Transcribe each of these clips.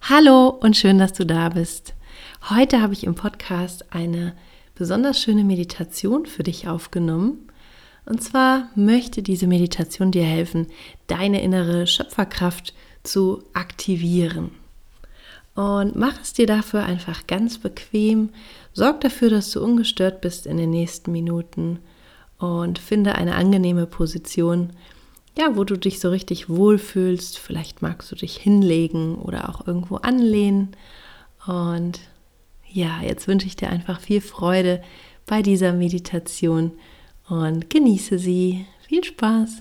Hallo und schön, dass du da bist. Heute habe ich im Podcast eine besonders schöne Meditation für dich aufgenommen. Und zwar möchte diese Meditation dir helfen, deine innere Schöpferkraft zu aktivieren. Und mach es dir dafür einfach ganz bequem. Sorg dafür, dass du ungestört bist in den nächsten Minuten und finde eine angenehme Position, wo du dich so richtig wohlfühlst. Vielleicht magst du dich hinlegen oder auch irgendwo anlehnen. Und jetzt wünsche ich dir einfach viel Freude bei dieser Meditation und genieße sie. Viel Spaß!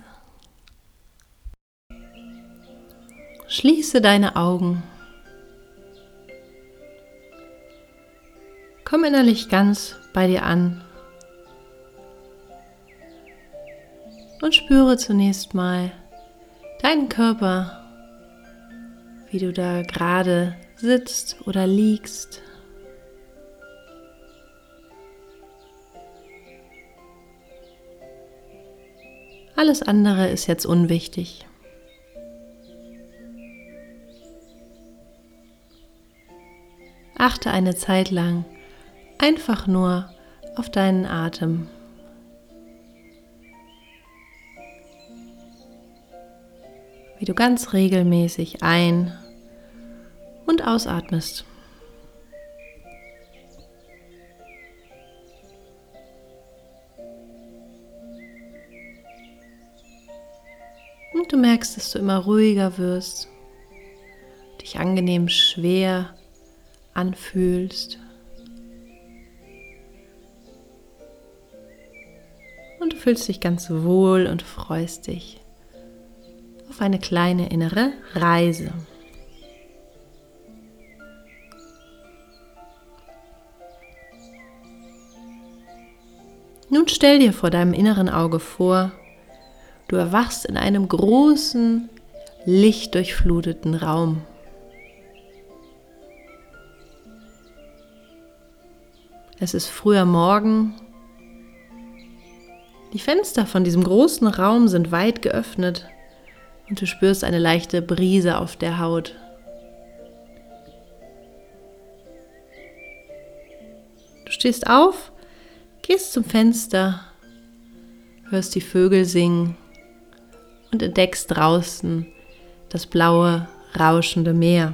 Schließe deine Augen. Komm innerlich ganz bei dir an und spüre zunächst mal deinen Körper, wie du da gerade sitzt oder liegst. Alles andere ist jetzt unwichtig. Achte eine Zeit lang einfach nur auf deinen Atem. Wie du ganz regelmäßig ein- und ausatmest. Und du merkst, dass du immer ruhiger wirst, dich angenehm schwer anfühlst. Und du fühlst dich ganz wohl und freust dich auf eine kleine innere Reise. Nun stell dir vor deinem inneren Auge vor, du erwachst in einem großen, lichtdurchfluteten Raum. Es ist früher Morgen. Die Fenster von diesem großen Raum sind weit geöffnet und du spürst eine leichte Brise auf der Haut. Du stehst auf, gehst zum Fenster, hörst die Vögel singen und entdeckst draußen das blaue, rauschende Meer.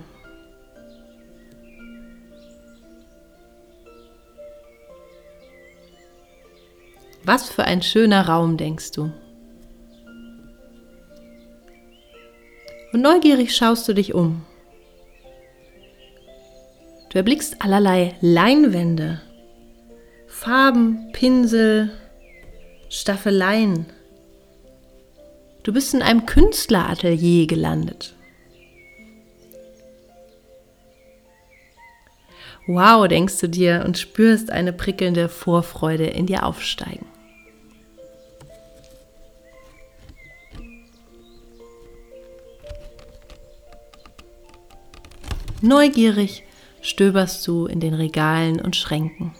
Was für ein schöner Raum, denkst du. Und neugierig schaust du dich um. Du erblickst allerlei Leinwände, Farben, Pinsel, Staffeleien. Du bist in einem Künstleratelier gelandet. Wow, denkst du dir und spürst eine prickelnde Vorfreude in dir aufsteigen. Neugierig stöberst du in den Regalen und Schränken.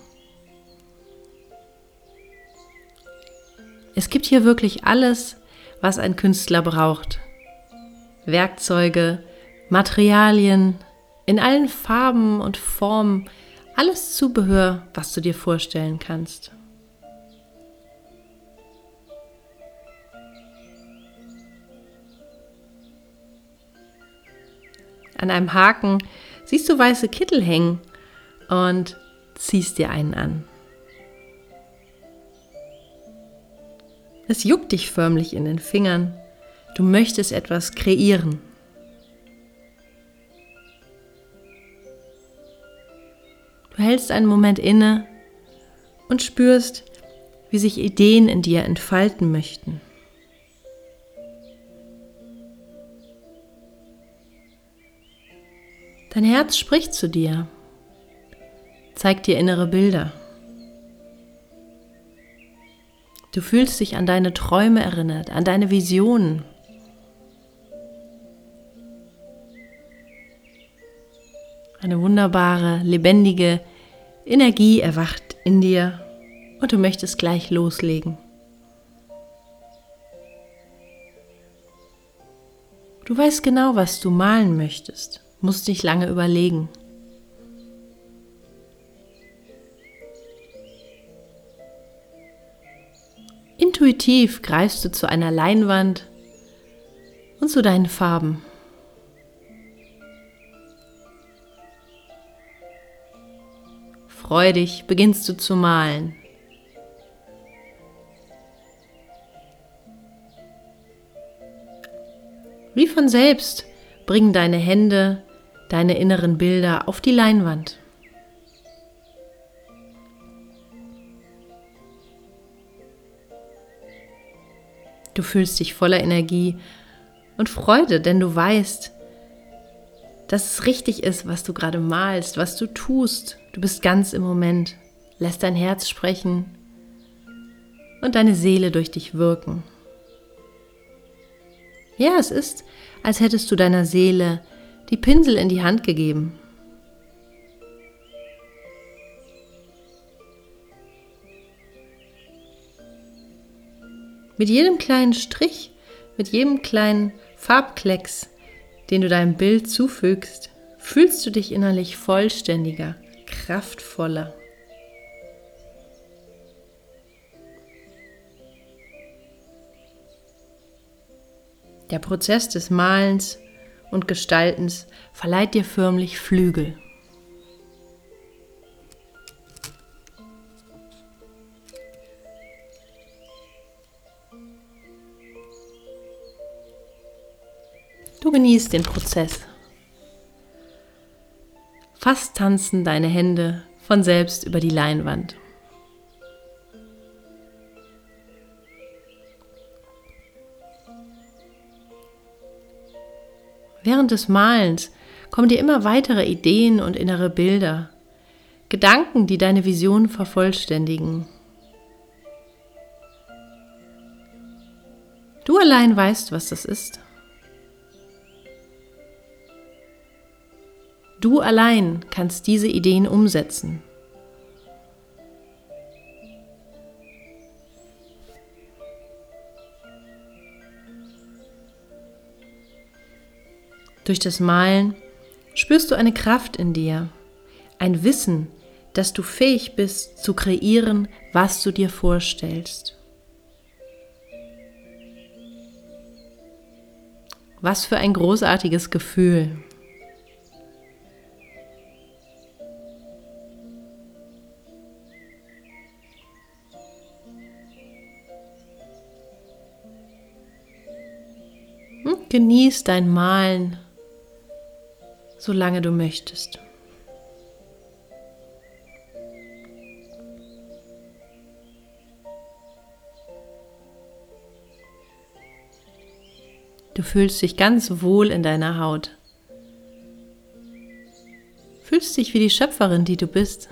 Es gibt hier wirklich alles, was ein Künstler braucht. Werkzeuge, Materialien, in allen Farben und Formen, alles Zubehör, was du dir vorstellen kannst. An einem Haken siehst du weiße Kittel hängen und ziehst dir einen an. Es juckt dich förmlich in den Fingern. Du möchtest etwas kreieren. Du hältst einen Moment inne und spürst, wie sich Ideen in dir entfalten möchten. Dein Herz spricht zu dir, zeigt dir innere Bilder. Du fühlst dich an deine Träume erinnert, an deine Visionen. Eine wunderbare, lebendige Energie erwacht in dir und du möchtest gleich loslegen. Du weißt genau, was du malen möchtest. musst nicht lange überlegen. Intuitiv greifst du zu einer Leinwand und zu deinen Farben. Freudig beginnst du zu malen. Wie von selbst bringen deine Hände deine inneren Bilder auf die Leinwand. Du fühlst dich voller Energie und Freude, denn du weißt, dass es richtig ist, was du gerade malst, was du tust. Du bist ganz im Moment, lässt dein Herz sprechen und deine Seele durch dich wirken. Ja, es ist, als hättest du deiner Seele die Pinsel in die Hand gegeben. Mit jedem kleinen Strich, mit jedem kleinen Farbklecks, den du deinem Bild zufügst, fühlst du dich innerlich vollständiger, kraftvoller. Der Prozess des Malens und Gestaltens verleiht dir förmlich Flügel. Du genießt den Prozess. Fast tanzen deine Hände von selbst über die Leinwand. Während des Malens kommen dir immer weitere Ideen und innere Bilder, Gedanken, die deine Vision vervollständigen. Du allein weißt, was das ist. Du allein kannst diese Ideen umsetzen. Durch das Malen spürst du eine Kraft in dir, ein Wissen, dass du fähig bist zu kreieren, was du dir vorstellst. Was für ein großartiges Gefühl! Genieß dein Malen, solange du möchtest. Du fühlst dich ganz wohl in deiner Haut. Fühlst dich wie die Schöpferin, die du bist.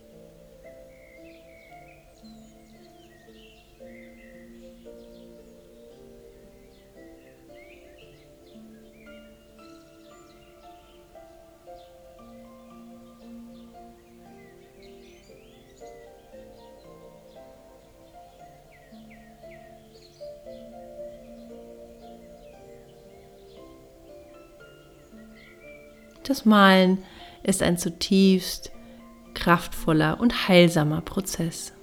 Das Malen ist ein zutiefst kraftvoller und heilsamer Prozess.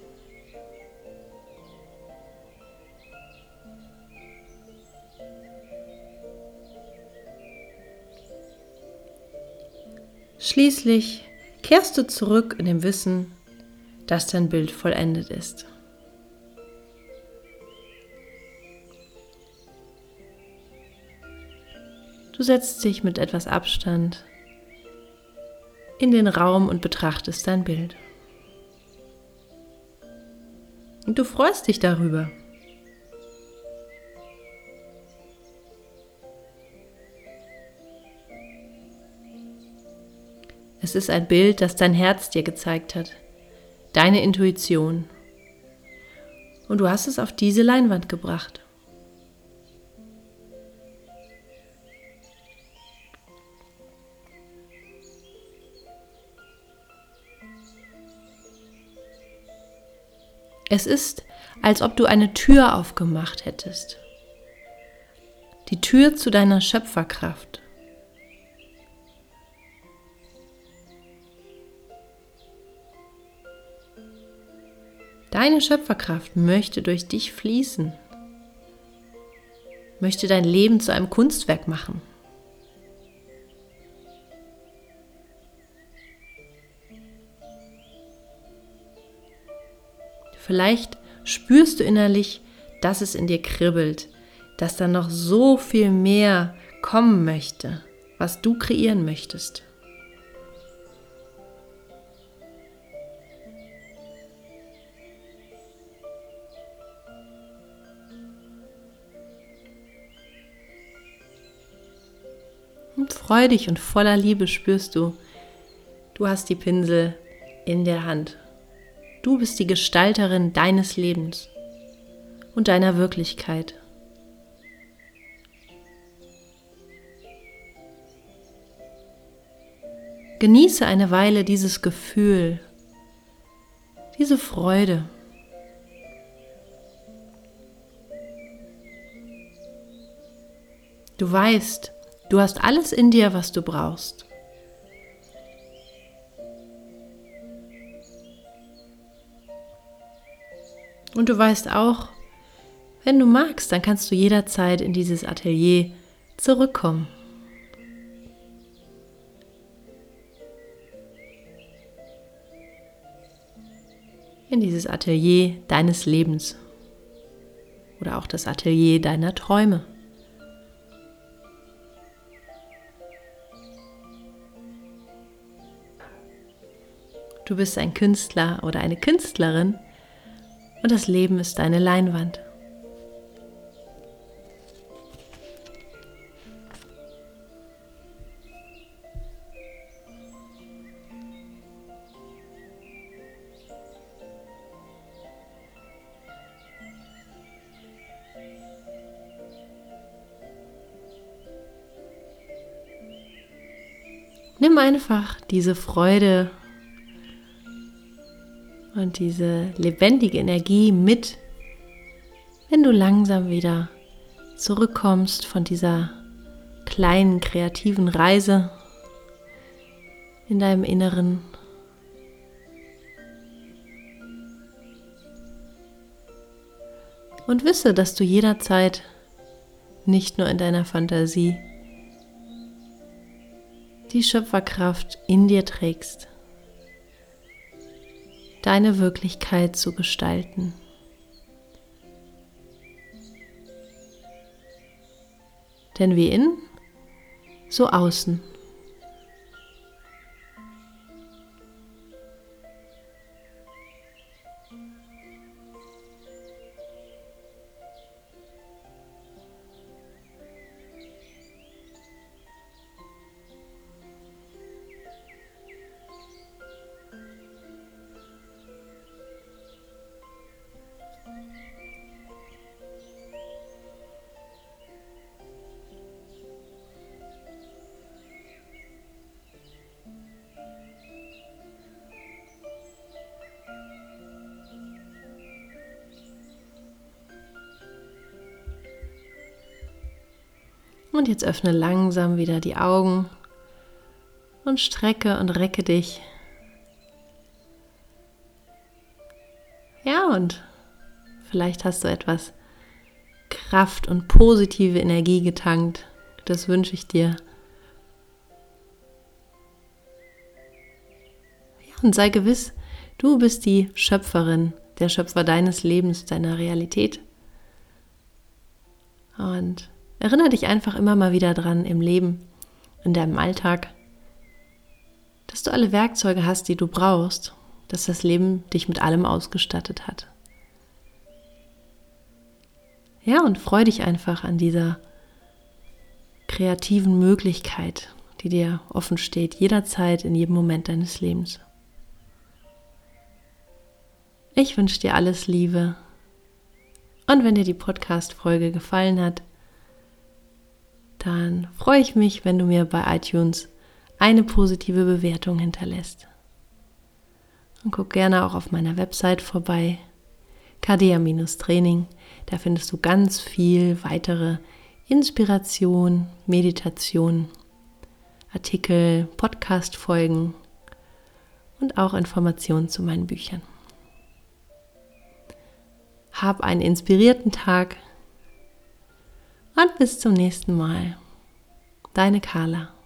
Schließlich kehrst du zurück in dem Wissen, dass dein Bild vollendet ist. Du setzt dich mit etwas Abstand in den Raum und betrachtest dein Bild. Und du freust dich darüber. Es ist ein Bild, das dein Herz dir gezeigt hat, deine Intuition. Und du hast es auf diese Leinwand gebracht. Es ist, als ob du eine Tür aufgemacht hättest. Die Tür zu deiner Schöpferkraft. Deine Schöpferkraft möchte durch dich fließen, möchte dein Leben zu einem Kunstwerk machen. Vielleicht spürst du innerlich, dass es in dir kribbelt, dass da noch so viel mehr kommen möchte, was du kreieren möchtest. Und freudig und voller Liebe spürst du, du hast die Pinsel in der Hand. Du bist die Gestalterin deines Lebens und deiner Wirklichkeit. Genieße eine Weile dieses Gefühl, diese Freude. Du weißt, du hast alles in dir, was du brauchst. Und du weißt auch, wenn du magst, dann kannst du jederzeit in dieses Atelier zurückkommen. In dieses Atelier deines Lebens oder auch das Atelier deiner Träume. Du bist ein Künstler oder eine Künstlerin und das Leben ist deine Leinwand. Nimm einfach diese Freude und diese lebendige Energie mit, wenn du langsam wieder zurückkommst von dieser kleinen kreativen Reise in deinem Inneren. Und wisse, dass du jederzeit nicht nur in deiner Fantasie die Schöpferkraft in dir trägst, deine Wirklichkeit zu gestalten. Denn wie innen, so außen. Und jetzt öffne langsam wieder die Augen und strecke und recke dich. Ja, und vielleicht hast du etwas Kraft und positive Energie getankt. Das wünsche ich dir. Ja, und sei gewiss, du bist die Schöpferin, der Schöpfer deines Lebens, deiner Realität. Und erinnere dich einfach immer mal wieder dran im Leben, in deinem Alltag, dass du alle Werkzeuge hast, die du brauchst, dass das Leben dich mit allem ausgestattet hat. Ja, und freu dich einfach an dieser kreativen Möglichkeit, die dir offen steht, jederzeit, in jedem Moment deines Lebens. Ich wünsche dir alles Liebe. Und wenn dir die Podcast-Folge gefallen hat, dann freue ich mich, wenn du mir bei iTunes eine positive Bewertung hinterlässt. Und guck gerne auch auf meiner Website vorbei, Kadea-Training. Da findest du ganz viel weitere Inspiration, Meditation, Artikel, Podcast-Folgen und auch Informationen zu meinen Büchern. hab einen inspirierten Tag und bis zum nächsten Mal. Deine Carla.